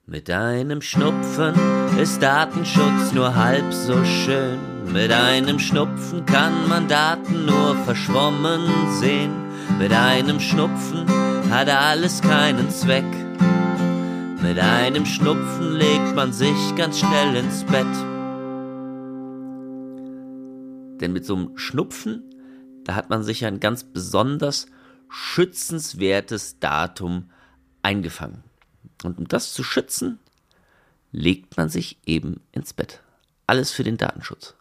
Mit einem Schnupfen ist Datenschutz nur halb so schön. Mit einem Schnupfen kann man Daten nur verschwommen sehen. Mit einem Schnupfen hat alles keinen Zweck. Mit einem Schnupfen legt man sich ganz schnell ins Bett. Denn mit so einem Schnupfen, da hat man sich ein ganz besonders schützenswertes Datum eingefangen. Und um das zu schützen, legt man sich eben ins Bett. Alles für den Datenschutz.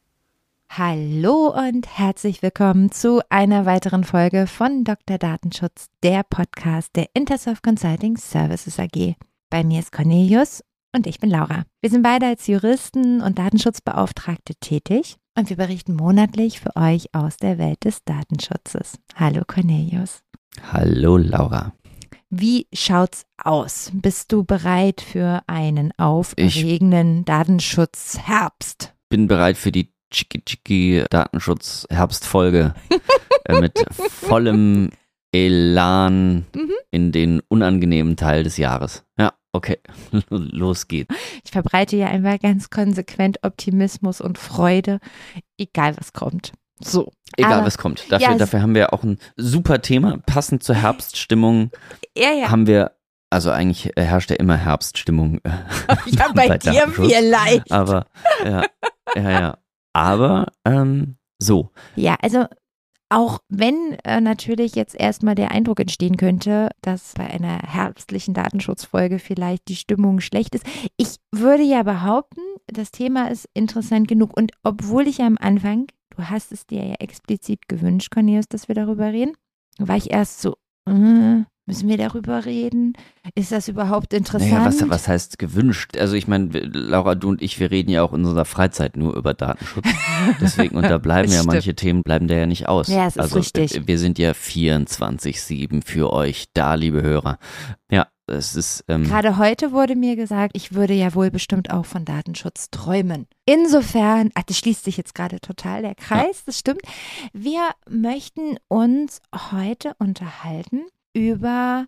Hallo und herzlich willkommen zu einer weiteren Folge von Dr. Datenschutz, der Podcast der Intersoft Consulting Services AG. Bei mir ist Cornelius und ich bin Laura. Wir sind beide als Juristen und Datenschutzbeauftragte tätig und wir berichten monatlich für euch aus der Welt des Datenschutzes. Hallo Cornelius. Hallo Laura. Wie schaut's aus? Bist du bereit für einen aufregenden Datenschutzherbst? Bin bereit für die Datenschutz-Herbstfolge mit vollem Elan in den unangenehmen Teil des Jahres. Ja, okay, los geht's. Ich verbreite ja einfach ganz konsequent Optimismus und Freude, egal was kommt. So. Egal was kommt. Dafür haben wir auch ein super Thema, passend zur Herbststimmung. Ja. Haben wir, also eigentlich herrscht ja immer Herbststimmung. Ja, bei dir vielleicht. Aber, ja. Aber, so. Ja, also auch wenn natürlich jetzt erstmal der Eindruck entstehen könnte, dass bei einer herbstlichen Datenschutzfolge vielleicht die Stimmung schlecht ist. Ich würde ja behaupten, das Thema ist interessant genug. Und obwohl ich am Anfang, du hast es dir ja explizit gewünscht, Cornelius, dass wir darüber reden, war ich erst so, müssen wir darüber reden? Ist das überhaupt interessant? Naja, was heißt gewünscht? Also ich meine, Laura, du und ich, wir reden ja auch in unserer Freizeit nur über Datenschutz. Deswegen, und da bleiben ja manche Themen, bleiben da ja nicht aus. Ja, es ist richtig. Wir sind ja 24/7 für euch da, liebe Hörer. Ja, es ist... Gerade heute wurde mir gesagt, ich würde ja wohl bestimmt auch von Datenschutz träumen. Insofern, das schließt sich jetzt gerade total der Kreis, das stimmt. Wir möchten uns heute unterhalten über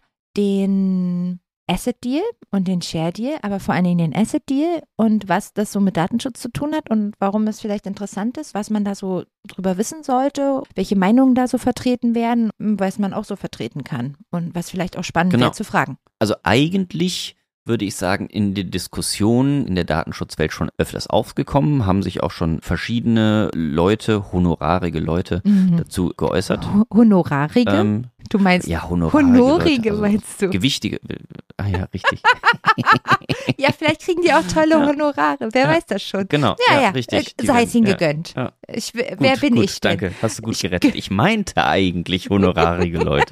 den Asset Deal und den Share Deal, aber vor allen Dingen den Asset Deal und was das so mit Datenschutz zu tun hat und warum es vielleicht interessant ist, was man da so drüber wissen sollte, welche Meinungen da so vertreten werden, was man auch so vertreten kann und was vielleicht auch spannend wäre zu fragen. Also eigentlich würde ich sagen, in der Diskussion in der Datenschutzwelt schon öfters aufgekommen, haben sich auch schon verschiedene Leute, honorarige Leute dazu geäußert. Honorarige? Du meinst ja, honorarige Honorige Leute, also meinst du? Gewichtige, ja, richtig. Ja, vielleicht kriegen die auch tolle Honorare, wer weiß das schon. Genau, ja, richtig. Sei es ihnen gegönnt. Ja. Wer bin gut, ich denn? Danke, hast du gut gerettet. Ich meinte eigentlich honorarige Leute.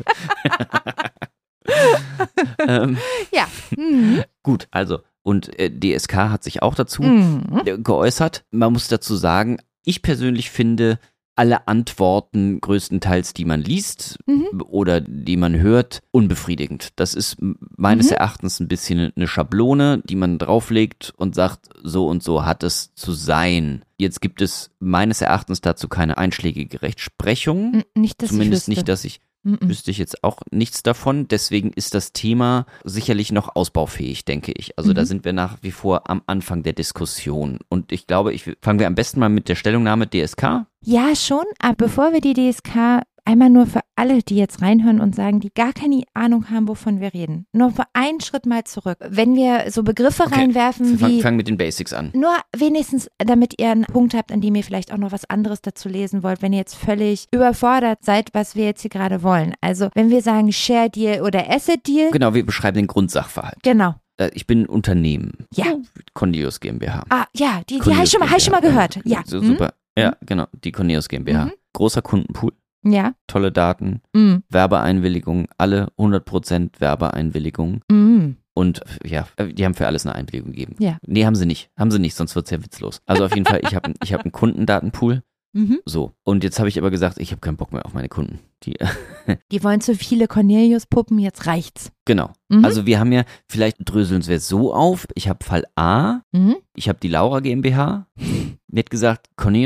Ja. Gut, also und DSK hat sich auch dazu geäußert. Man muss dazu sagen, ich persönlich finde alle Antworten größtenteils, die man liest oder die man hört, unbefriedigend. Das ist meines Erachtens ein bisschen eine Schablone, die man drauflegt und sagt, so und so hat es zu sein. Jetzt gibt es meines Erachtens dazu keine einschlägige Rechtsprechung. Zumindest nicht, dass ich wüsste ich jetzt auch nichts davon. Deswegen ist das Thema sicherlich noch ausbaufähig, denke ich. Also da sind wir nach wie vor am Anfang der Diskussion. Und ich glaube, fangen wir am besten mal mit der Stellungnahme DSK. Ja, schon. Aber bevor wir die DSK einmal nur für alle, die jetzt reinhören und sagen, die gar keine Ahnung haben, wovon wir reden. Nur für einen Schritt mal zurück. Wenn wir so Begriffe reinwerfen wie... Fangen mit den Basics an. Nur wenigstens, damit ihr einen Punkt habt, an dem ihr vielleicht auch noch was anderes dazu lesen wollt, wenn ihr jetzt völlig überfordert seid, was wir jetzt hier gerade wollen. Also wenn wir sagen Share Deal oder Asset Deal... Genau, wir beschreiben den Grundsachverhalt. Genau. Ich bin ein Unternehmen. Ja. Cornelius GmbH. Ah, ja, die habe ich schon mal gehört. Ja. So, super. Ja, genau, die Cornelius GmbH. Großer Kundenpool. Ja. Tolle Daten, Werbeeinwilligung, alle 100% Werbeeinwilligung. Und ja, die haben für alles eine Einwilligung gegeben. Ja. Nee, haben sie nicht, sonst wird es ja witzlos. Also auf jeden Fall, ich hab einen Kundendatenpool. So, und jetzt habe ich aber gesagt, ich habe keinen Bock mehr auf meine Kunden. Die wollen zu viele Cornelius-Puppen, jetzt reicht's. Genau. Also wir haben ja, vielleicht dröseln wir es so auf, ich habe Fall A, ich habe die Laura GmbH, die hat gesagt, Cornelius,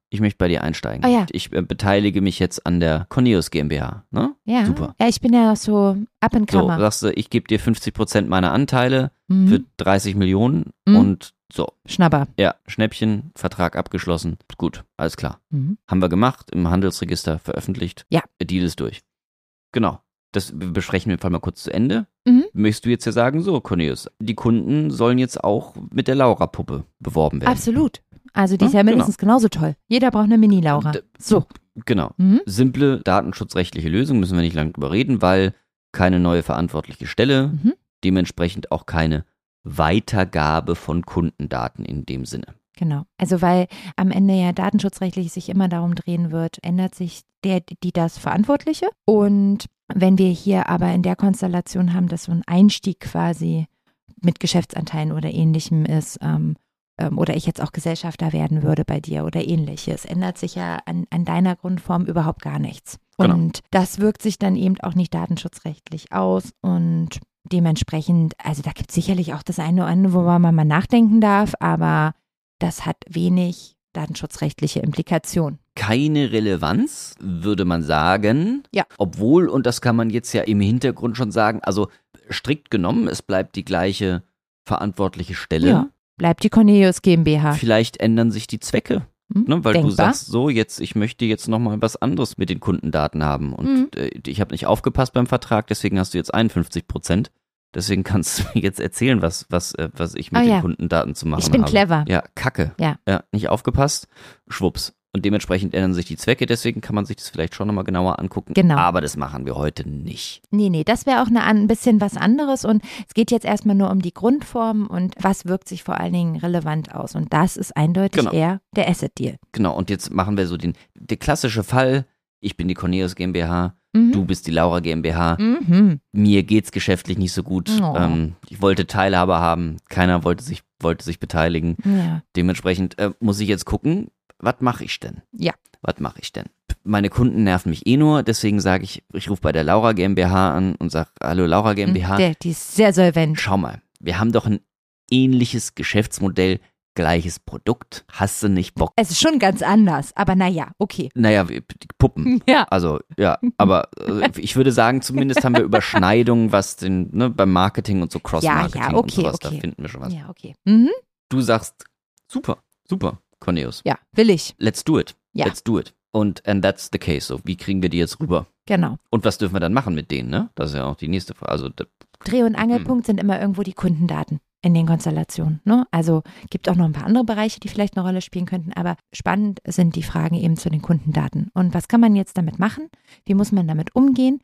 Ich möchte bei dir einsteigen. Oh ja. Ich beteilige mich jetzt an der Corneus GmbH. Ne? Ja. Super. Ja, ich bin ja noch so up in So, Kammer. sagst du, ich gebe dir 50% meiner Anteile für 30 Millionen und so. Schnapper. Ja, Schnäppchen, Vertrag abgeschlossen. Gut, alles klar. Mhm. Haben wir gemacht, im Handelsregister veröffentlicht. Ja. Der Deal ist durch. Genau. Das besprechen wir im Fall mal kurz zu Ende. Mhm. Möchtest du jetzt ja sagen, so Cornelius, die Kunden sollen jetzt auch mit der Laura-Puppe beworben werden. Absolut. Also die ist Ja, ja mindestens genauso toll. Jeder braucht eine Mini-Laura. So. Genau. Mhm. Simple datenschutzrechtliche Lösung, müssen wir nicht lange drüber reden, weil keine neue verantwortliche Stelle, Mhm. dementsprechend auch keine Weitergabe von Kundendaten in dem Sinne. Genau. Also weil am Ende ja datenschutzrechtlich sich immer darum drehen wird, ändert sich die das Verantwortliche. Und wenn wir hier aber in der Konstellation haben, dass so ein Einstieg quasi mit Geschäftsanteilen oder Ähnlichem ist, oder ich jetzt auch Gesellschafter werden würde bei dir oder Ähnliches, ändert sich ja an deiner Grundform überhaupt gar nichts. Genau. Und das wirkt sich dann eben auch nicht datenschutzrechtlich aus und dementsprechend, also da gibt es sicherlich auch das eine oder andere, worüber man mal nachdenken darf, aber das hat wenig datenschutzrechtliche Implikationen. Keine Relevanz, würde man sagen. Ja. Obwohl, und das kann man jetzt ja im Hintergrund schon sagen, also strikt genommen, es bleibt die gleiche verantwortliche Stelle. Ja, bleibt die Cornelius GmbH. Vielleicht ändern sich die Zwecke. Ne, weil du Denkbar. sagst so, ich möchte jetzt nochmal was anderes mit den Kundendaten haben. Und ich habe nicht aufgepasst beim Vertrag, deswegen hast du jetzt 51%. Deswegen kannst du mir jetzt erzählen, was ich mit den Kundendaten zu machen habe. Ich bin clever. Ja, Kacke. Ja. Nicht aufgepasst, schwupps. Und dementsprechend ändern sich die Zwecke, deswegen kann man sich das vielleicht schon nochmal genauer angucken. Genau. Aber das machen wir heute nicht. Nee, das wäre auch ein bisschen was anderes und es geht jetzt erstmal nur um die Grundform und was wirkt sich vor allen Dingen relevant aus. Und das ist eindeutig eher der Asset-Deal. Genau, und jetzt machen wir so der klassische Fall, ich bin die Cornelius GmbH, du bist die Laura GmbH, mir geht's geschäftlich nicht so gut, ich wollte Teilhabe haben, keiner wollte sich beteiligen. Ja. Dementsprechend muss ich jetzt gucken, was mache ich denn? Ja. Was mache ich denn? Meine Kunden nerven mich eh nur, deswegen sage ich rufe bei der Laura GmbH an und sage, hallo Laura GmbH. Die ist sehr solvent. Schau mal, wir haben doch ein ähnliches Geschäftsmodell, gleiches Produkt. Hast du nicht Bock? Es ist schon ganz anders, aber naja, okay. Naja, die Puppen. Ja. Also, ja, aber ich würde sagen, zumindest haben wir Überschneidungen, was beim Marketing und so Cross-Marketing und sowas, da finden wir schon was. Ja, okay. Mhm. Du sagst, super, Cornelius. Ja, will ich. Let's do it. Ja. Let's do it. And that's the case. So, wie kriegen wir die jetzt rüber? Genau. Und was dürfen wir dann machen mit denen, ne? Das ist ja auch die nächste Frage. Also, Dreh- und Angelpunkt sind immer irgendwo die Kundendaten in den Konstellationen. Ne? Also gibt auch noch ein paar andere Bereiche, die vielleicht eine Rolle spielen könnten, aber spannend sind die Fragen eben zu den Kundendaten. Und was kann man jetzt damit machen? Wie muss man damit umgehen?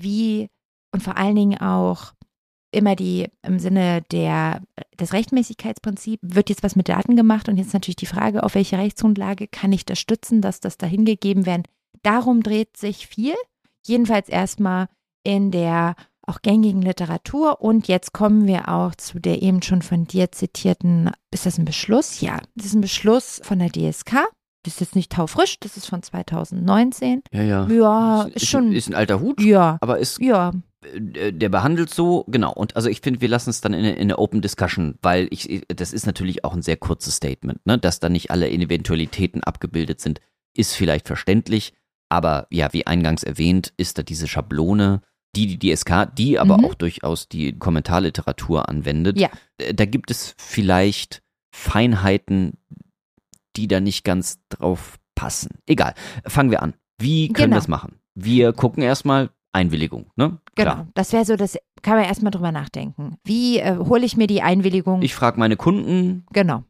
Und vor allen Dingen auch immer im Sinne des Rechtmäßigkeitsprinzips, wird jetzt was mit Daten gemacht und jetzt natürlich die Frage, auf welche Rechtsgrundlage kann ich das stützen, dass das dahin gegeben werden. Darum dreht sich viel, jedenfalls erstmal in der auch gängigen Literatur und jetzt kommen wir auch zu der eben schon von dir zitierten, ist das ein Beschluss? Ja, das ist ein Beschluss von der DSK. Das ist jetzt nicht taufrisch, das ist von 2019. Ja. Ja, ist ein alter Hut, ja, aber der behandelt so, genau. Und also ich finde, wir lassen es dann in eine Open Discussion, weil das ist natürlich auch ein sehr kurzes Statement, ne? Dass da nicht alle Eventualitäten abgebildet sind, ist vielleicht verständlich, aber ja, wie eingangs erwähnt, ist da diese Schablone, die DSK, die aber auch durchaus die Kommentarliteratur anwendet. Ja. Da gibt es vielleicht Feinheiten, die da nicht ganz drauf passen. Egal, fangen wir an. Wie können wir das machen? Wir gucken erstmal Einwilligung, ne? Genau, Klar. das wäre so, das kann man erstmal drüber nachdenken. Wie hole ich mir die Einwilligung? Ich frage meine Kunden. Genau.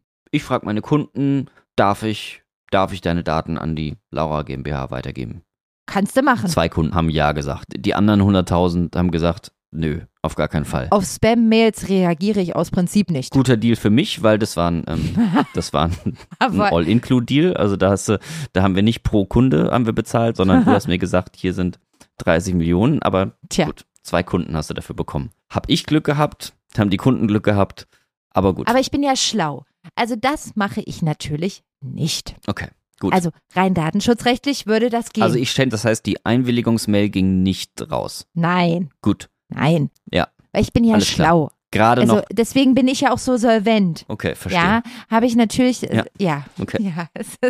Darf ich deine Daten an die Laura GmbH weitergeben? Kannst du machen. 2 Kunden haben ja gesagt. Die anderen 100.000 haben gesagt, nö, auf gar keinen Fall. Auf Spam-Mails reagiere ich aus Prinzip nicht. Guter Deal für mich, weil das war ein All-Include-Deal. Also da haben wir nicht pro Kunde haben wir bezahlt, sondern du hast mir gesagt, hier sind 30 Millionen, aber gut, 2 Kunden hast du dafür bekommen. Hab ich Glück gehabt, haben die Kunden Glück gehabt, aber gut. Aber ich bin ja schlau. Also das mache ich natürlich nicht. Okay. Gut. Also rein datenschutzrechtlich würde das gehen. Also das heißt, die Einwilligungsmail ging nicht raus. Nein. Gut. Nein. Ja. Weil ich bin ja Alles schlau. Klar. gerade Also noch. deswegen bin ich ja auch so solvent. Okay, verstehe. Ja, habe ich natürlich, Ja. Okay. Ja,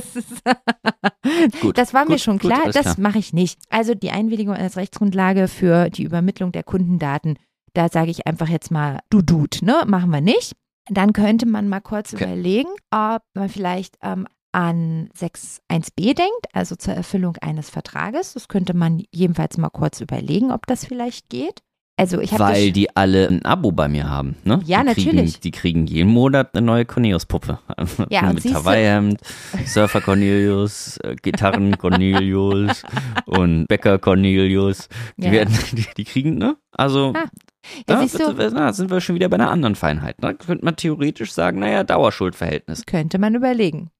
Gut. Das war mir Gut, schon gut, klar, alles das klar. mache ich nicht. Also die Einwilligung als Rechtsgrundlage für die Übermittlung der Kundendaten, da sage ich einfach jetzt mal, du Dude, ne, machen wir nicht. Dann könnte man mal kurz überlegen, ob man vielleicht an 6.1b denkt, also zur Erfüllung eines Vertrages. Das könnte man jedenfalls mal kurz überlegen, ob das vielleicht geht. Also ich habe Weil die alle ein Abo bei mir haben, ne? Ja, natürlich. Die kriegen jeden Monat eine neue Cornelius-Puppe. Ja, und mit siehst du- Hawaii-Hemd, Surfer Cornelius, Gitarren Cornelius und Bäcker Cornelius. Die kriegen, ne? Also, Ja, siehst du, sind wir schon wieder bei einer anderen Feinheit. Ne? Könnte man theoretisch sagen, naja, Dauerschuldverhältnis. könnte man überlegen.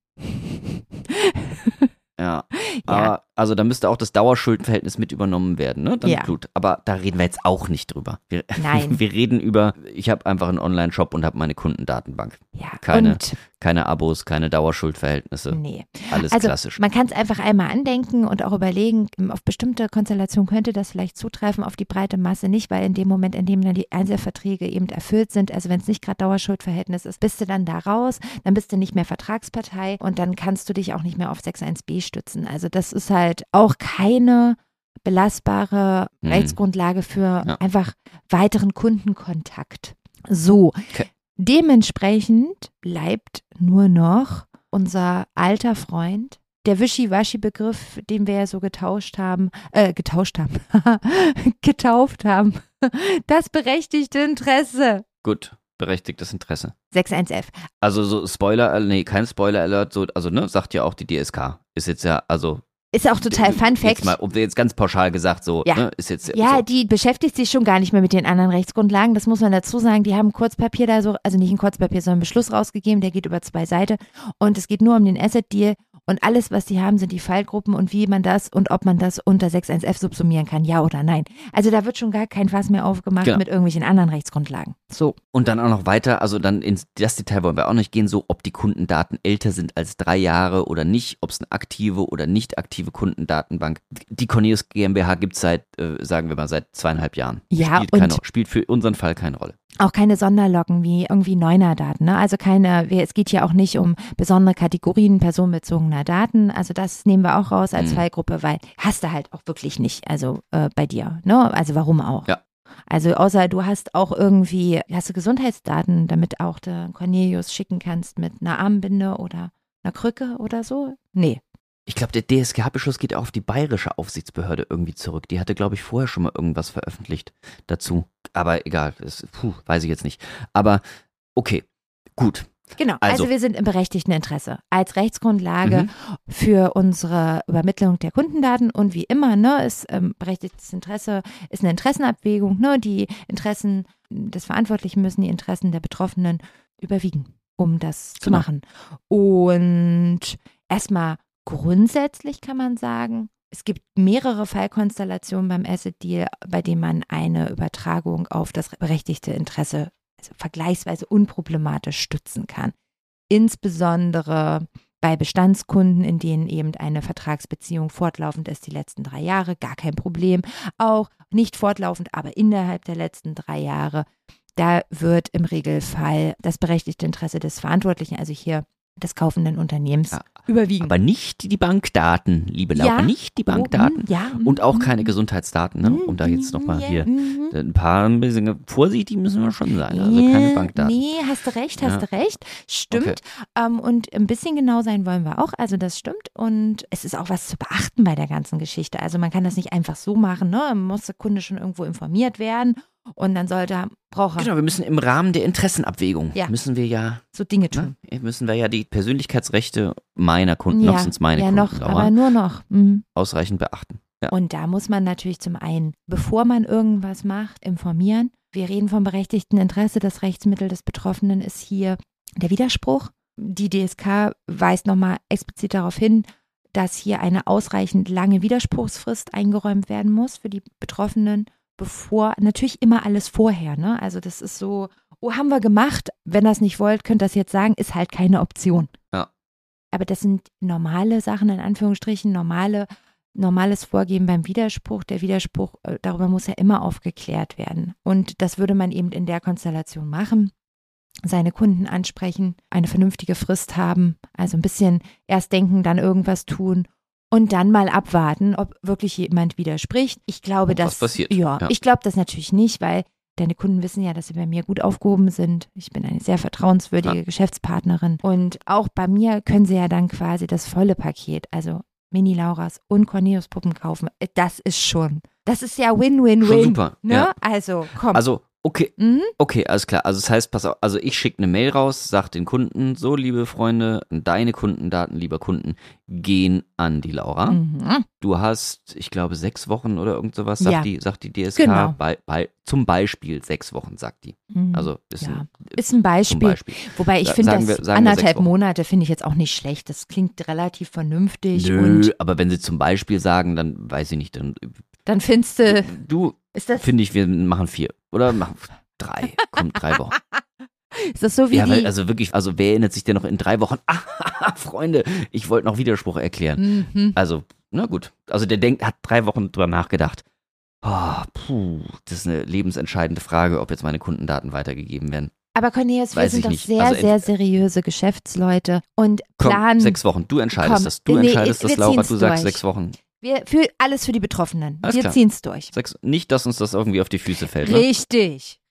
Ja. Aber, also da müsste auch das Dauerschuldenverhältnis mit übernommen werden, ne? Dann Ja. gut. Aber da reden wir jetzt auch nicht drüber. Nein. Wir reden über, ich habe einfach einen Online-Shop und habe meine Kundendatenbank. Ja, Keine Abos, keine Dauerschuldverhältnisse. nee. Alles Also klassisch. man kann es einfach einmal andenken und auch überlegen, auf bestimmte Konstellationen könnte das vielleicht zutreffen, auf die breite Masse nicht, weil in dem Moment, in dem dann die Einzelverträge eben erfüllt sind, also wenn es nicht gerade Dauerschuldverhältnis ist, bist du dann da raus, dann bist du nicht mehr Vertragspartei und dann kannst du dich auch nicht mehr auf 6.1b stützen. Also das ist halt auch keine belastbare Rechtsgrundlage für einfach weiteren Kundenkontakt. So. Okay. Dementsprechend bleibt nur noch unser alter Freund, der Wischiwaschi-Begriff, den wir ja so getauft haben, das berechtigte Interesse. Gut, berechtigtes Interesse. 6.1f. Also so kein Spoiler-Alert, so, also ne, sagt ja auch die DSK. Ist jetzt ja, also Ist auch total Fun Fact. Jetzt ganz pauschal gesagt, so, Ja. ne, ist jetzt Ja, so. die beschäftigt sich schon gar nicht mehr mit den anderen Rechtsgrundlagen. Das muss man dazu sagen. Die haben ein Kurzpapier da so, also nicht ein Kurzpapier, sondern einen Beschluss rausgegeben. Der geht über 2 Seiten. Und es geht nur um den Asset Deal. Und alles, was die haben, sind die Fallgruppen und wie man das und ob man das unter 6.1f subsumieren kann, ja oder nein. Also da wird schon gar kein Fass mehr aufgemacht Genau. mit irgendwelchen anderen Rechtsgrundlagen. So. Und dann auch noch weiter, also dann in das Detail wollen wir auch nicht gehen, so ob die Kundendaten älter sind als 3 Jahre oder nicht, ob es eine aktive oder nicht aktive Kundendatenbank. Die Cornelius GmbH gibt es seit, sagen wir mal, seit 2,5 Jahren. Ja, Spielt für unseren Fall keine Rolle. Auch keine Sonderlocken wie irgendwie Neuner-Daten. Ne? Also es geht hier auch nicht um besondere Kategorien personenbezogener Daten. Also das nehmen wir auch raus als Fallgruppe, weil hast du halt auch wirklich nicht, also bei dir. Ne? Also warum auch? Ja. Also außer du hast auch irgendwie, hast du Gesundheitsdaten, damit auch der Cornelius schicken kannst mit einer Armbinde oder einer Krücke oder so? Nee. Ich glaube, der DSGH-Beschluss geht auch auf die bayerische Aufsichtsbehörde irgendwie zurück. Die hatte, glaube ich, vorher schon mal irgendwas veröffentlicht dazu. Aber egal, weiß ich jetzt nicht. Aber okay, gut. Genau, also wir sind im berechtigten Interesse als Rechtsgrundlage für unsere Übermittlung der Kundendaten und wie immer, ne, ist berechtigtes Interesse, ist eine Interessenabwägung, ne, die Interessen des Verantwortlichen müssen die Interessen der Betroffenen überwiegen, um das zu machen. Und erstmal grundsätzlich kann man sagen, es gibt mehrere Fallkonstellationen beim Asset Deal, bei denen man eine Übertragung auf das berechtigte Interesse also vergleichsweise unproblematisch stützen kann. Insbesondere bei Bestandskunden, in denen eben eine Vertragsbeziehung fortlaufend ist, die letzten 3 Jahre, gar kein Problem. Auch nicht fortlaufend, aber innerhalb der letzten 3 Jahre, da wird im Regelfall das berechtigte Interesse des Verantwortlichen, also hier des kaufenden Unternehmens, überwiegen. Aber nicht die Bankdaten, liebe Laura, nicht die Bankdaten. Und auch keine Gesundheitsdaten, ne? Um da jetzt nochmal hier ein bisschen vorsichtig müssen wir schon sein. Also keine Bankdaten. Nee, hast du recht. Stimmt. Okay. Und ein bisschen genau sein wollen wir auch. Also das stimmt. Und es ist auch was zu beachten bei der ganzen Geschichte. Also man kann das nicht einfach so machen. Ne? Muss der Kunde schon irgendwo informiert werden. Und dann braucht er. Genau, wir müssen im Rahmen der Interessenabwägung, müssen wir ja so Dinge tun. Müssen wir ja die Persönlichkeitsrechte meiner Kunden, noch sind es meine Kunden, noch, aber nur noch. Ausreichend beachten. Ja. Und da muss man natürlich zum einen, bevor man irgendwas macht, informieren. Wir reden vom berechtigten Interesse. Das Rechtsmittel des Betroffenen ist hier der Widerspruch. Die DSK weist nochmal explizit darauf hin, dass hier eine ausreichend lange Widerspruchsfrist eingeräumt werden muss für die Betroffenen. Natürlich immer alles vorher, ne? Also das ist so, haben wir gemacht, wenn ihr das nicht wollt, könnt ihr das jetzt sagen, ist halt keine Option. Ja. Aber das sind normale Sachen, in Anführungsstrichen, normale normales Vorgehen beim Widerspruch. Der Widerspruch, darüber muss ja immer aufgeklärt werden. Und das würde man eben in der Konstellation machen. Seine Kunden ansprechen, eine vernünftige Frist haben, also ein bisschen erst denken, dann irgendwas tun und dann mal abwarten, ob wirklich jemand widerspricht. Ich glaube, was passiert. Ja, ich glaube das natürlich nicht, weil deine Kunden wissen ja, dass sie bei mir gut aufgehoben sind. Ich bin eine sehr vertrauenswürdige Geschäftspartnerin und auch bei mir können sie ja dann quasi das volle Paket, also Mini-Lauras und Cornelius-Puppen kaufen. Das ist ja Win-Win-Win. Schon super, ne? ja. Also, komm. Also, okay, okay, alles klar. Also das heißt, pass auf, also ich schicke eine Mail raus, sag den Kunden, so liebe Freunde, deine Kundendaten, lieber Kunden, gehen an die Laura. Du hast, ich glaube, 6 Wochen oder irgend sowas, sagt die DSK, genau. Zum Beispiel 6 Wochen, sagt die. Also ist ein Beispiel. Zum Beispiel. Wobei ich finde, das sagen wir 6 1,5 Wochen. Monate finde ich jetzt auch nicht schlecht. Das klingt relativ vernünftig. Nö, und aber wenn sie zum Beispiel sagen, dann weiß ich nicht, dann findest du, finde ich, wir machen 4 oder machen 3, kommt 3 Wochen. Ist das so wie weil, also wirklich, also wer erinnert sich denn noch in 3 Wochen? Freunde, ich wollte noch Widerspruch erklären. Also, na gut. Also der hat 3 Wochen drüber nachgedacht. Das ist eine lebensentscheidende Frage, ob jetzt meine Kundendaten weitergegeben werden. Aber Cornelius, wir sind doch sehr, also sehr seriöse Geschäftsleute und planen. 6 Wochen, du entscheidest das. Du entscheidest das, Laura, du sagst 6 Wochen. Alles für die Betroffenen. Alles wir klar. ziehen es durch. Nicht, dass uns das irgendwie auf die Füße fällt. Ne? Richtig.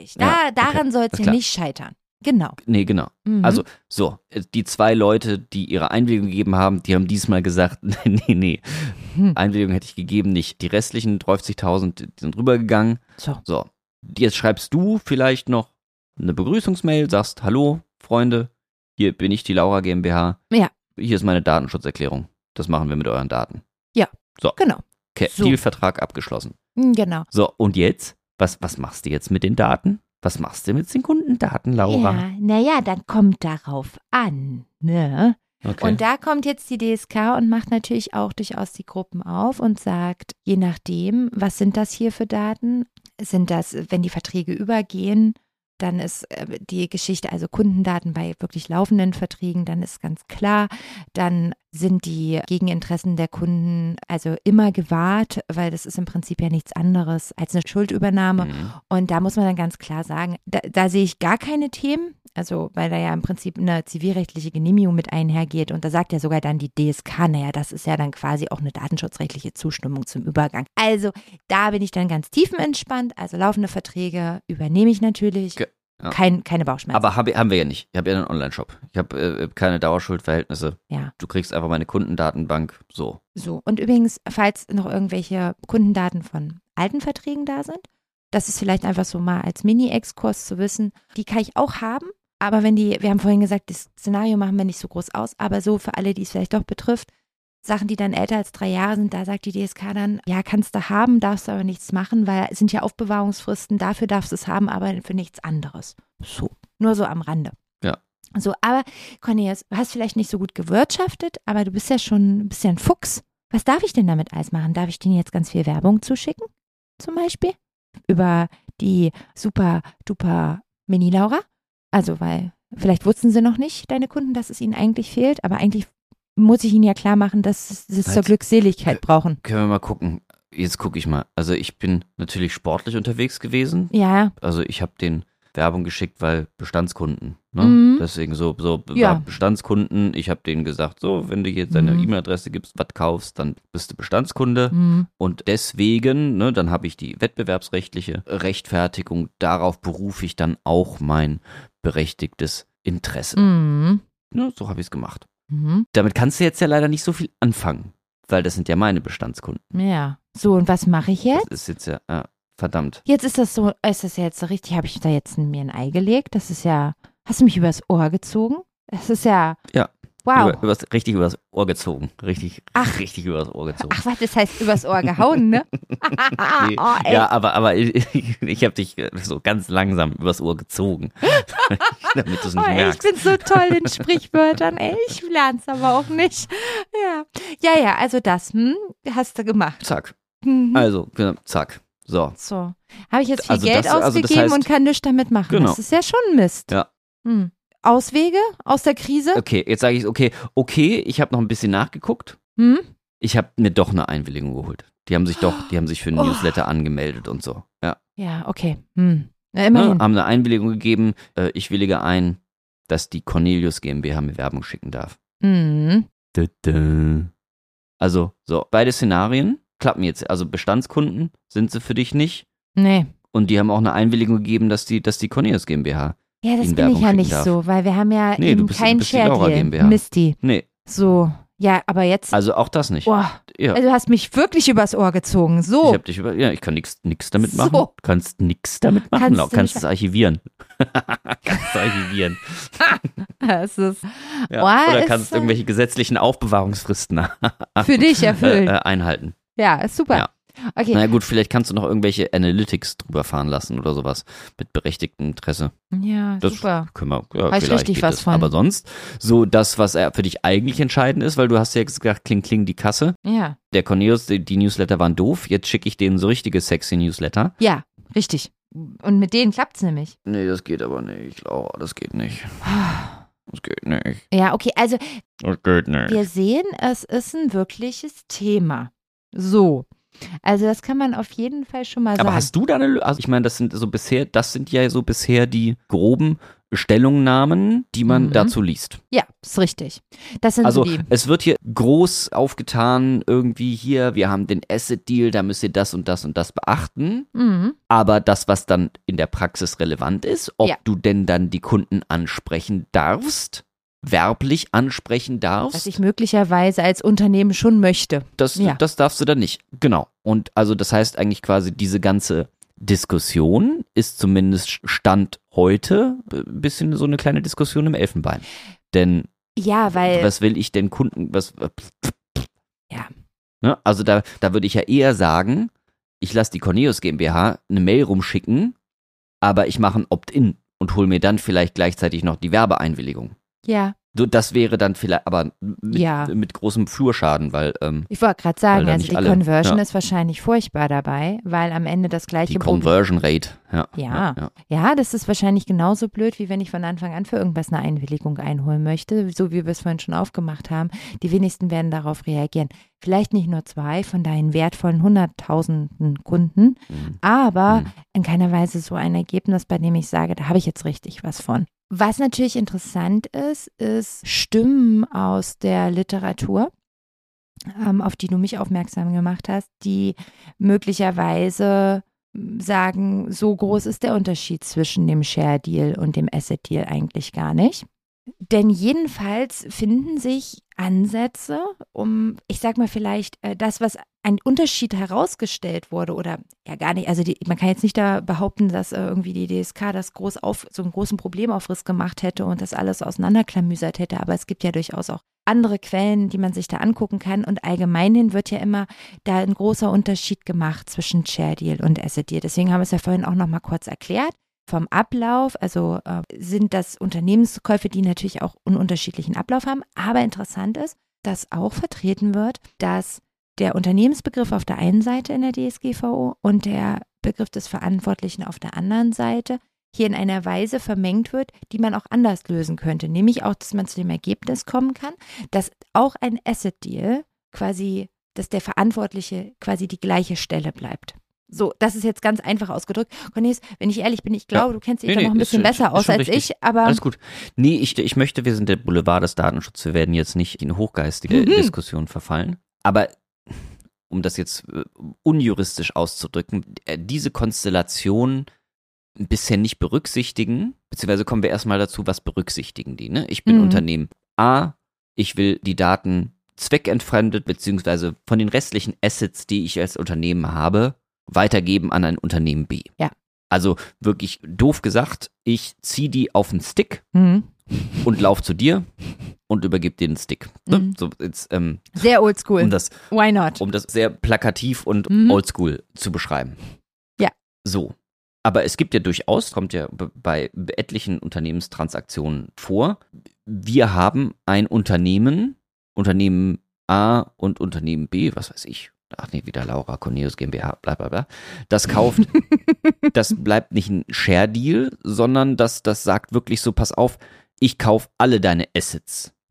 Daran soll es ja klar. nicht scheitern. Genau. Nee, genau. Also, so, die 2 Leute, die ihre Einwilligung gegeben haben, die haben diesmal gesagt, nee. Einwilligung hätte ich gegeben, nicht. Die restlichen 30.000, die sind rübergegangen. So. Jetzt schreibst du vielleicht noch eine Begrüßungsmail, sagst, hallo, Freunde, hier bin ich, die Laura GmbH. Ja. Hier ist meine Datenschutzerklärung. Das machen wir mit euren Daten. Ja. So. Genau. Okay, So. Dealvertrag abgeschlossen. Genau. So, und jetzt? Was machst du jetzt mit den Daten? Was machst du mit den Kundendaten, Laura? Ja, naja, dann kommt darauf an, ne? Okay. Und da kommt jetzt die DSK und macht natürlich auch durchaus die Gruppen auf und sagt, je nachdem, was sind das hier für Daten? Sind das, wenn die Verträge übergehen, dann ist die Geschichte, also Kundendaten bei wirklich laufenden Verträgen, dann ist ganz klar, dann sind die Gegeninteressen der Kunden also immer gewahrt, weil das ist im Prinzip ja nichts anderes als eine Schuldübernahme. Und da muss man dann ganz klar sagen, da sehe ich gar keine Themen, also weil da ja im Prinzip eine zivilrechtliche Genehmigung mit einhergeht und da sagt ja sogar dann die DSK, naja, das ist ja dann quasi auch eine datenschutzrechtliche Zustimmung zum Übergang. Also da bin ich dann ganz tiefenentspannt, also laufende Verträge übernehme ich natürlich. Ja. Keine Bauchschmerzen. Aber haben wir ja nicht. Ich habe ja einen Online-Shop. Ich habe keine Dauerschuldverhältnisse. Ja. Du kriegst einfach meine Kundendatenbank. So. Und übrigens, falls noch irgendwelche Kundendaten von alten Verträgen da sind, das ist vielleicht einfach so mal als Mini-Exkurs zu wissen, die kann ich auch haben. Aber wir haben vorhin gesagt, das Szenario machen wir nicht so groß aus, aber so für alle, die es vielleicht doch betrifft, Sachen, die dann älter als 3 Jahre sind, da sagt die DSK dann, ja, kannst du haben, darfst du aber nichts machen, weil es sind ja Aufbewahrungsfristen, dafür darfst du es haben, aber für nichts anderes. So, nur so am Rande. Ja. So, aber Cornelius, du hast vielleicht nicht so gut gewirtschaftet, aber du bist ja schon ein bisschen Fuchs. Was darf ich denn damit alles machen? Darf ich denen jetzt ganz viel Werbung zuschicken, zum Beispiel? Über die super duper Mini-Laura? Also, weil vielleicht wussten sie noch nicht, deine Kunden, dass es ihnen eigentlich fehlt, aber eigentlich muss ich ihnen ja klar machen, dass sie es zur Glückseligkeit brauchen. Können wir mal gucken. Jetzt gucke ich mal. Also ich bin natürlich sportlich unterwegs gewesen. Ja. Also ich habe den Werbung geschickt, weil Bestandskunden. Ne? Deswegen so Bestandskunden. Ich habe denen gesagt, so, wenn du jetzt deine E-Mail-Adresse gibst, was kaufst, dann bist du Bestandskunde. Und deswegen, ne, dann habe ich die wettbewerbsrechtliche Rechtfertigung. Darauf berufe ich dann auch mein berechtigtes Interesse. Ne, so habe ich es gemacht. Damit kannst du jetzt ja leider nicht so viel anfangen, weil das sind ja meine Bestandskunden. Ja. So, und was mache ich jetzt? Das ist jetzt ja, verdammt. Jetzt ist das ja jetzt so richtig, habe ich da jetzt mir ein Ei gelegt? Das ist ja, hast du mich übers Ohr gezogen? Das ist ja, wow. Richtig übers Ohr gezogen. Richtig übers Ohr gezogen. Ach, was, das heißt übers Ohr gehauen, ne? Nee. Ja, aber ich habe dich so ganz langsam übers Ohr gezogen, damit du es nicht merkst. Ich bin so toll in Sprichwörtern, ey. Ich lerne es aber auch nicht. Ja, also das, hast du gemacht. Zack. Also, genau, zack. So. Habe ich jetzt viel Geld ausgegeben und kann nichts damit machen. Genau. Das ist ja schon Mist. Ja. Auswege aus der Krise? Okay, jetzt sage ich, okay, ich habe noch ein bisschen nachgeguckt. Ich habe mir doch eine Einwilligung geholt. Die haben sich für einen Newsletter angemeldet und so. Ja, Ja, okay. Na, immerhin. Haben eine Einwilligung gegeben. Ich willige ein, dass die Cornelius GmbH mir Werbung schicken darf. Mhm. Also, so, beide Szenarien klappen jetzt. Also Bestandskunden sind sie für dich nicht. Nee. Und die haben auch eine Einwilligung gegeben, dass die Cornelius GmbH Ja, das Ihnen bin ich Werbung ja schicken nicht darf. so, weil wir haben ja Nee, eben du bist die kein Laura Share-Deal. GmbH. Misty. Nee, So. Ja, aber jetzt. also auch das nicht. Boah. Ja. Also du hast mich wirklich übers Ohr gezogen. So. Ich kann nichts damit machen. So. Du kannst nichts damit machen. Kannst du Kannst nicht- es archivieren. Kannst du archivieren. Es ist Ja. Boah, Oder ist, kannst irgendwelche gesetzlichen Aufbewahrungsfristen für dich erfüllt. einhalten. Ja, ist super. Ja. Okay. Na gut, vielleicht kannst du noch irgendwelche Analytics drüber fahren lassen oder sowas mit berechtigtem Interesse. Ja, Das super. können wir, ja, Weiß vielleicht richtig geht was das. von. Aber sonst, so das, was für dich eigentlich entscheidend ist, weil du hast ja gesagt, kling, die Kasse. Ja. Der Cornelius, die Newsletter waren doof, jetzt schicke ich denen so richtige sexy Newsletter. Ja, richtig. Und mit denen klappt's nämlich. Nee, das geht aber nicht, Laura, das geht nicht. Das geht nicht. Ja, okay, also Das geht nicht. wir sehen, es ist ein wirkliches Thema. So. Also das kann man auf jeden Fall schon mal sagen. Aber hast du da eine also ich meine, das sind ja so bisher die groben Stellungnahmen, die man dazu liest. Ja, ist richtig. Das sind Also so die. es wird hier groß aufgetan, irgendwie hier, wir haben den Asset-Deal, da müsst ihr das und das und das beachten. Mhm. Aber das, was dann in der Praxis relevant ist, ob Ja. du denn dann die Kunden ansprechen darfst, werblich ansprechen darfst, Was ich möglicherweise als Unternehmen schon möchte. das darfst du dann nicht. Genau. Und also das heißt eigentlich quasi, diese ganze Diskussion ist zumindest Stand heute ein bisschen so eine kleine Diskussion im Elfenbein. Denn Ja, weil. was will ich denn Kunden, Ja. Ne? Also da würde ich ja eher sagen, ich lasse die Cornelius GmbH eine Mail rumschicken, aber ich mache ein Opt-in und hole mir dann vielleicht gleichzeitig noch die Werbeeinwilligung. Ja. So, das wäre dann vielleicht, aber Ja. mit großem Flurschaden, weil Ich wollte gerade sagen, Weil da also nicht die alle- Conversion ja. ist wahrscheinlich furchtbar dabei, weil am Ende das gleiche die Conversion Rate, Ja. Ja, das ist wahrscheinlich genauso blöd, wie wenn ich von Anfang an für irgendwas eine Einwilligung einholen möchte, so wie wir es vorhin schon aufgemacht haben. Die wenigsten werden darauf reagieren. Vielleicht nicht nur 2 von deinen wertvollen 100.000 Kunden, aber in keiner Weise so ein Ergebnis, bei dem ich sage, da habe ich jetzt richtig was von. Was natürlich interessant ist Stimmen aus der Literatur, auf die du mich aufmerksam gemacht hast, die möglicherweise sagen, so groß ist der Unterschied zwischen dem Share-Deal und dem Asset-Deal eigentlich gar nicht. Denn jedenfalls finden sich Ansätze, um, ich sag mal vielleicht, das, was ein Unterschied herausgestellt wurde oder ja gar nicht, also man kann jetzt nicht da behaupten, dass irgendwie die DSK das so einen großen Problemaufriss gemacht hätte und das alles auseinanderklamüsert hätte, aber es gibt ja durchaus auch andere Quellen, die man sich da angucken kann und allgemeinhin wird ja immer da ein großer Unterschied gemacht zwischen Share Deal und Asset Deal. Deswegen haben wir es ja vorhin auch noch mal kurz erklärt. Vom Ablauf, also sind das Unternehmenskäufe, die natürlich auch einen unterschiedlichen Ablauf haben, aber interessant ist, dass auch vertreten wird, dass der Unternehmensbegriff auf der einen Seite in der DSGVO und der Begriff des Verantwortlichen auf der anderen Seite hier in einer Weise vermengt wird, die man auch anders lösen könnte. Nämlich auch, dass man zu dem Ergebnis kommen kann, dass auch ein Asset-Deal quasi, dass der Verantwortliche quasi die gleiche Stelle bleibt. So, das ist jetzt ganz einfach ausgedrückt. Cornelis, wenn ich ehrlich bin, ich glaube, du kennst dich da noch ein bisschen besser aus als ich, aber. Alles gut. Nee, ich möchte, wir sind der Boulevard des Datenschutzes, wir werden jetzt nicht in hochgeistige Diskussionen verfallen. Aber um das jetzt unjuristisch auszudrücken, diese Konstellation bisher nicht berücksichtigen, beziehungsweise kommen wir erstmal dazu, was berücksichtigen die, ne? Ich bin Unternehmen A, ich will die Daten zweckentfremdet, beziehungsweise von den restlichen Assets, die ich als Unternehmen habe, weitergeben an ein Unternehmen B. Ja. Also wirklich doof gesagt, ich ziehe die auf den Stick und lauf zu dir und übergib dir den Stick. Ne? So jetzt, sehr oldschool. Why not? Um das sehr plakativ und oldschool zu beschreiben. Ja. So. Aber es gibt ja durchaus, kommt ja bei etlichen Unternehmenstransaktionen vor, wir haben ein Unternehmen A und Unternehmen B, was weiß ich, wieder Laura Cornelius GmbH, bla bla bla, das kauft, das bleibt nicht ein Share-Deal, sondern das sagt wirklich so, pass auf, ich kaufe alle deine Assets. Ja.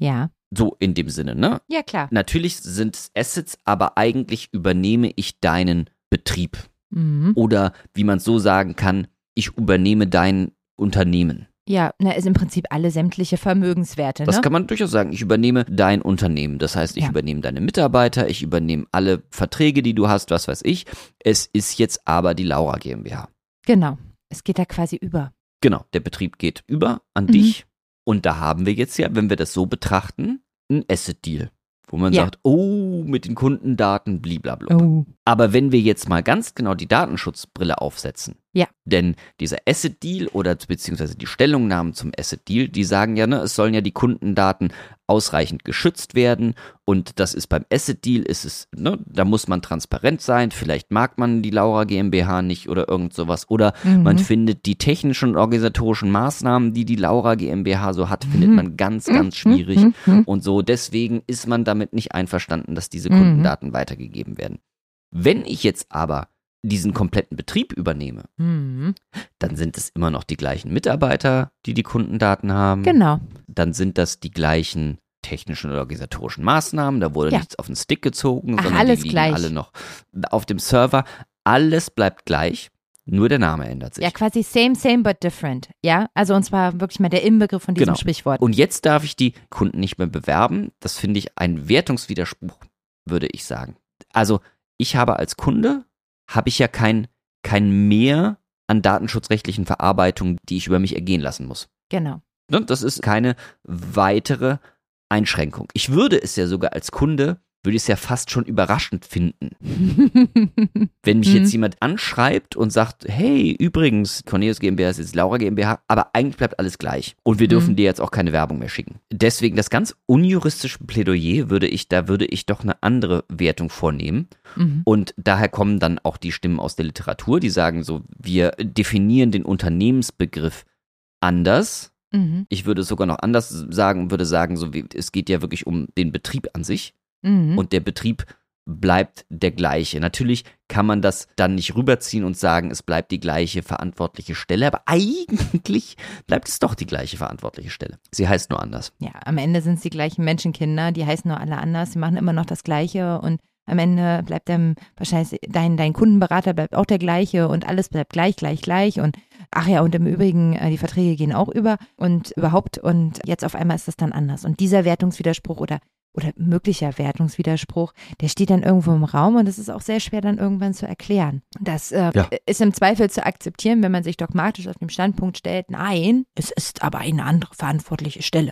So in dem Sinne, ne? Ja, klar. Natürlich sind es Assets, aber eigentlich übernehme ich deinen Betrieb. Mhm. Oder wie man es so sagen kann, ich übernehme dein Unternehmen. Ja, ist im Prinzip alle sämtliche Vermögenswerte, Das ne? kann man durchaus sagen. Ich übernehme dein Unternehmen. Das heißt, ich übernehme deine Mitarbeiter, ich übernehme alle Verträge, die du hast, was weiß ich. Es ist jetzt aber die Laura GmbH. Genau. Es geht da quasi über. Genau, der Betrieb geht über an dich. Und da haben wir jetzt ja, wenn wir das so betrachten, einen Asset-Deal. Wo man sagt, oh, mit den Kundendaten, blablabla. Oh. Aber wenn wir jetzt mal ganz genau die Datenschutzbrille aufsetzen, Ja. denn dieser Asset-Deal oder beziehungsweise die Stellungnahmen zum Asset-Deal, die sagen ja, ne, es sollen ja die Kundendaten ausreichend geschützt werden und das ist beim Asset-Deal, ist es, ne, da muss man transparent sein, vielleicht mag man die Laura GmbH nicht oder irgend sowas oder man findet die technischen und organisatorischen Maßnahmen, die die Laura GmbH so hat, findet man ganz, ganz schwierig und so, deswegen ist man damit nicht einverstanden, dass diese Kundendaten weitergegeben werden. Wenn ich jetzt aber diesen kompletten Betrieb übernehme, dann sind es immer noch die gleichen Mitarbeiter, die die Kundendaten haben. Genau. Dann sind das die gleichen technischen oder organisatorischen Maßnahmen. Da wurde nichts auf den Stick gezogen, sondern alles die liegen gleich. alle noch auf dem Server. Alles bleibt gleich, nur der Name ändert sich. Ja, quasi same but different. Ja, also und zwar wirklich mal der Inbegriff von diesem Sprichwort. Und jetzt darf ich die Kunden nicht mehr bewerben. Das finde ich ein Wertungswiderspruch, würde ich sagen. Also ich habe als Kunde ja kein Mehr an datenschutzrechtlichen Verarbeitungen, die ich über mich ergehen lassen muss. Genau. Das ist keine weitere Einschränkung. Ich würde es ja sogar als Kunde, würde ich es ja fast schon überraschend finden. Wenn mich jetzt jemand anschreibt und sagt, hey, übrigens, Cornelius GmbH ist jetzt Laura GmbH, aber eigentlich bleibt alles gleich. Und wir dürfen dir jetzt auch keine Werbung mehr schicken. Deswegen das ganz unjuristische Plädoyer würde ich doch eine andere Wertung vornehmen. Und daher kommen dann auch die Stimmen aus der Literatur, die sagen so, wir definieren den Unternehmensbegriff anders. Ich würde es sogar noch anders sagen und würde sagen, so wie, es geht ja wirklich um den Betrieb an sich. Und der Betrieb bleibt der gleiche. Natürlich kann man das dann nicht rüberziehen und sagen, es bleibt die gleiche verantwortliche Stelle, aber eigentlich bleibt es doch die gleiche verantwortliche Stelle. Sie heißt nur anders. Ja, am Ende sind es die gleichen Menschenkinder, die heißen nur alle anders, die machen immer noch das Gleiche und am Ende bleibt dann wahrscheinlich dein Kundenberater bleibt auch der gleiche und alles bleibt gleich und ach ja, und im Übrigen, die Verträge gehen auch über und überhaupt und jetzt auf einmal ist das dann anders. Und dieser Wertungswiderspruch oder möglicher Wertungswiderspruch, der steht dann irgendwo im Raum und es ist auch sehr schwer dann irgendwann zu erklären. Das ist im Zweifel zu akzeptieren, wenn man sich dogmatisch auf den Standpunkt stellt, nein, es ist aber eine andere verantwortliche Stelle.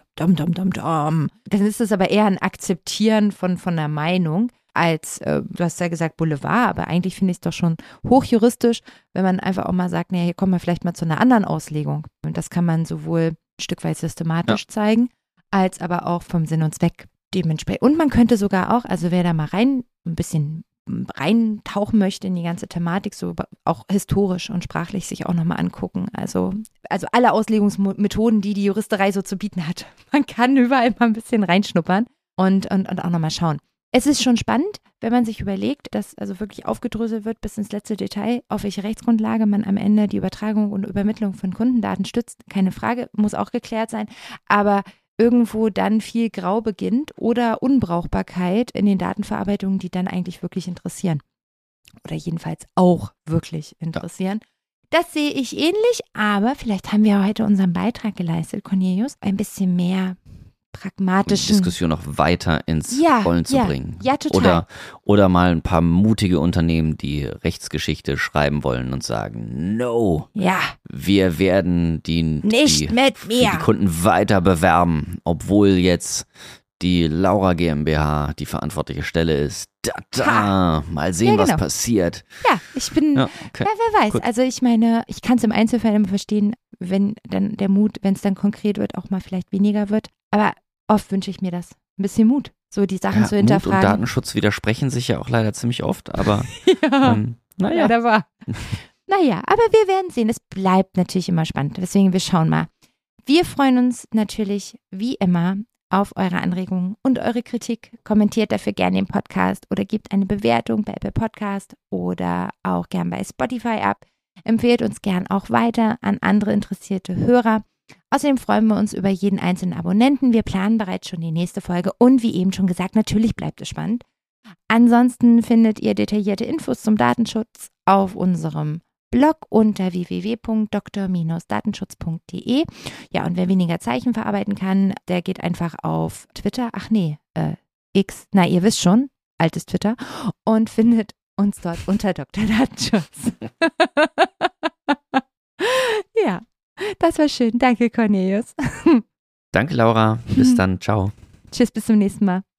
Dann ist es aber eher ein Akzeptieren von einer Meinung, als, du hast ja gesagt Boulevard, aber eigentlich finde ich es doch schon hochjuristisch, wenn man einfach auch mal sagt, naja, hier kommen wir vielleicht mal zu einer anderen Auslegung. Und das kann man sowohl ein Stück weit systematisch zeigen, als aber auch vom Sinn und Zweck dementsprechend. Und man könnte sogar auch, also wer da mal ein bisschen reintauchen möchte in die ganze Thematik, so auch historisch und sprachlich sich auch nochmal angucken. Also alle Auslegungsmethoden, die Juristerei so zu bieten hat. Man kann überall mal ein bisschen reinschnuppern und auch nochmal schauen. Es ist schon spannend, wenn man sich überlegt, dass also wirklich aufgedröselt wird bis ins letzte Detail, auf welche Rechtsgrundlage man am Ende die Übertragung und Übermittlung von Kundendaten stützt. Keine Frage, muss auch geklärt sein, aber irgendwo dann viel Grau beginnt oder Unbrauchbarkeit in den Datenverarbeitungen, die dann eigentlich wirklich interessieren. Oder jedenfalls auch wirklich interessieren. Das sehe ich ähnlich, aber vielleicht haben wir heute unseren Beitrag geleistet, Cornelius, ein bisschen mehr pragmatischen Diskussion noch weiter ins Rollen zu bringen. Ja, total. Oder mal ein paar mutige Unternehmen, die Rechtsgeschichte schreiben wollen und sagen, no, wir werden die Kunden weiter bewerben, obwohl jetzt die Laura GmbH die verantwortliche Stelle ist. Mal sehen, was passiert. Ja, ich bin, wer weiß. Gut. Also ich meine, ich kann es im Einzelfall immer verstehen, wenn dann der Mut, wenn es dann konkret wird, auch mal vielleicht weniger wird. Aber oft wünsche ich mir das. Ein bisschen Mut, so die Sachen zu hinterfragen. Mut und Datenschutz widersprechen sich ja auch leider ziemlich oft, aber da war. Naja, aber wir werden sehen. Es bleibt natürlich immer spannend. Deswegen, wir schauen mal. Wir freuen uns natürlich, wie immer, auf eure Anregungen und eure Kritik. Kommentiert dafür gerne den Podcast oder gebt eine Bewertung bei Apple Podcast oder auch gern bei Spotify ab. Empfehlt uns gern auch weiter an andere interessierte Hörer. Außerdem freuen wir uns über jeden einzelnen Abonnenten. Wir planen bereits schon die nächste Folge und wie eben schon gesagt, natürlich bleibt es spannend. Ansonsten findet ihr detaillierte Infos zum Datenschutz auf unserem Blog unter www.dr-datenschutz.de. Ja, und wer weniger Zeichen verarbeiten kann, der geht einfach auf Twitter, X, ihr wisst schon, altes Twitter, und findet uns dort unter Dr. Datenschutz. Ja, das war schön. Danke, Cornelius. Danke, Laura. Bis dann. Ciao. Tschüss, bis zum nächsten Mal.